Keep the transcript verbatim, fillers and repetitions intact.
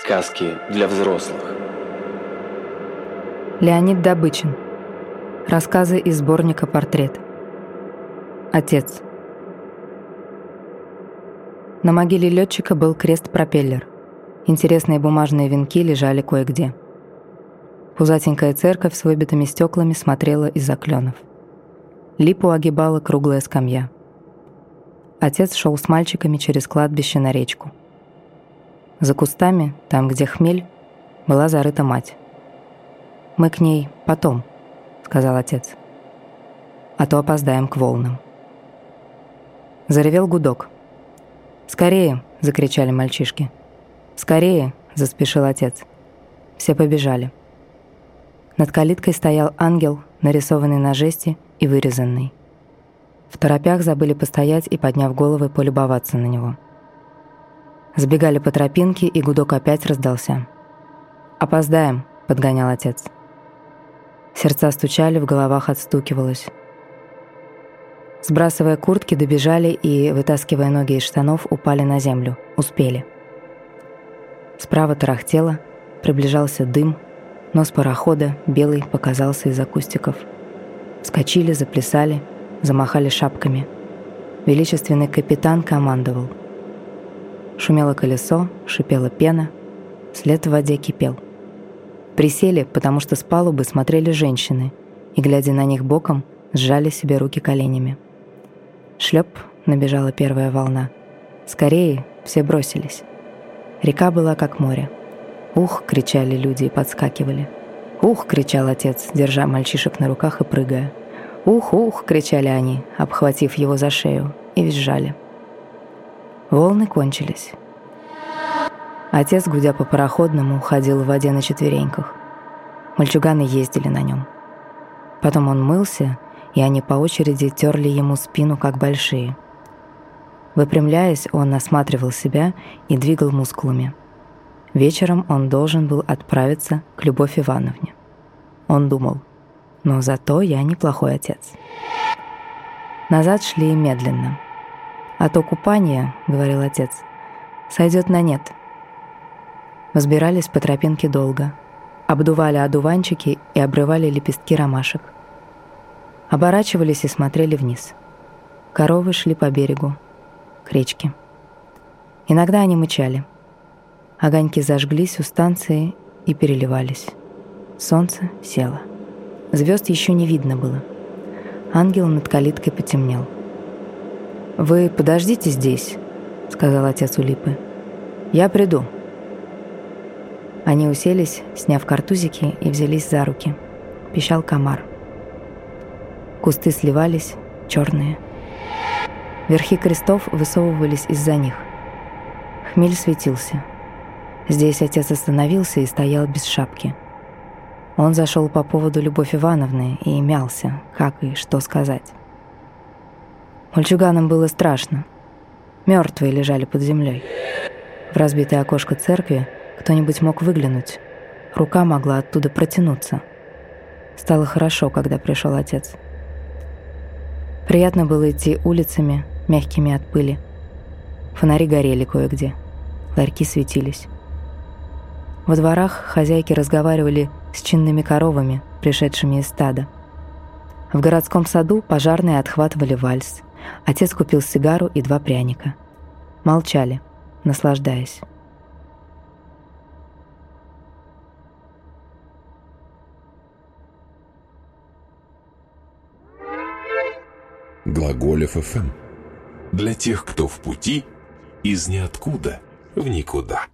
Сказки для взрослых. Леонид Добычин. Рассказы из сборника «Портрет». Отец. На могиле летчика был крест-пропеллер. Интересные бумажные венки лежали кое-где. Пузатенькая церковь с выбитыми стеклами смотрела из-за кленов. Липу огибала круглая скамья. Отец шел с мальчиками через кладбище на речку. За кустами, там, где хмель, была зарыта мать. «Мы к ней потом», — сказал отец. «А то опоздаем к волнам». Заревел гудок. «Скорее!» — закричали мальчишки. «Скорее!» — заспешил отец. Все побежали. Над калиткой стоял ангел, нарисованный на жести и вырезанный. В торопях забыли постоять и, подняв головы, полюбоваться на него. Сбегали по тропинке, и гудок опять раздался. «Опоздаем!» — подгонял отец. Сердца стучали, в головах отстукивалось. Сбрасывая куртки, добежали и, вытаскивая ноги из штанов, упали на землю. Успели. Справа тарахтело, приближался дым, нос парохода, белый, показался из-за кустиков. Вскочили, заплясали, замахали шапками. Величественный капитан командовал. Шумело колесо, шипела пена, след в воде кипел. Присели, потому что с палубы смотрели женщины, и, глядя на них боком, сжали себе руки коленями. Шлеп, набежала первая волна. Скорее, все бросились. Река была как море. «Ух!» — кричали люди и подскакивали. «Ух!» — кричал отец, держа мальчишек на руках и прыгая. «Ух! Ух!» — кричали они, обхватив его за шею, и визжали. Волны кончились. Отец, гудя по пароходному, ходил в воде на четвереньках. Мальчуганы ездили на нем. Потом он мылся, и они по очереди терли ему спину, как большие. Выпрямляясь, он осматривал себя и двигал мускулами. Вечером он должен был отправиться к Любовь Ивановне. Он думал: «Но зато я неплохой отец». Назад шли медленно. «А то купание, — говорил отец, — сойдет на нет». Взбирались по тропинке долго, обдували одуванчики и обрывали лепестки ромашек. Оборачивались и смотрели вниз. Коровы шли по берегу, к речке. Иногда они мычали. Огоньки зажглись у станции и переливались. Солнце село. Звезд еще не видно было. Ангел над калиткой потемнел. «Вы подождите здесь», — сказал отец у Липы. «Я приду». Они уселись, сняв картузики, и взялись за руки. Пищал комар. Кусты сливались, черные. Верхи крестов высовывались из-за них. Хмель светился. Здесь отец остановился и стоял без шапки. Он зашел по поводу Любовь Ивановны и мялся, как и что сказать. Мальчуганам было страшно. Мертвые лежали под землей. В разбитое окошко церкви кто-нибудь мог выглянуть. Рука могла оттуда протянуться. Стало хорошо, когда пришел отец. Приятно было идти улицами, мягкими от пыли. Фонари горели кое-где. Ларьки светились. Во дворах хозяйки разговаривали с чинными коровами, пришедшими из стада. В городском саду пожарные отхватывали вальс. Отец купил сигару и два пряника. Молчали, наслаждаясь. Глаголев эф эм. Для тех, кто в пути из ниоткуда в никуда.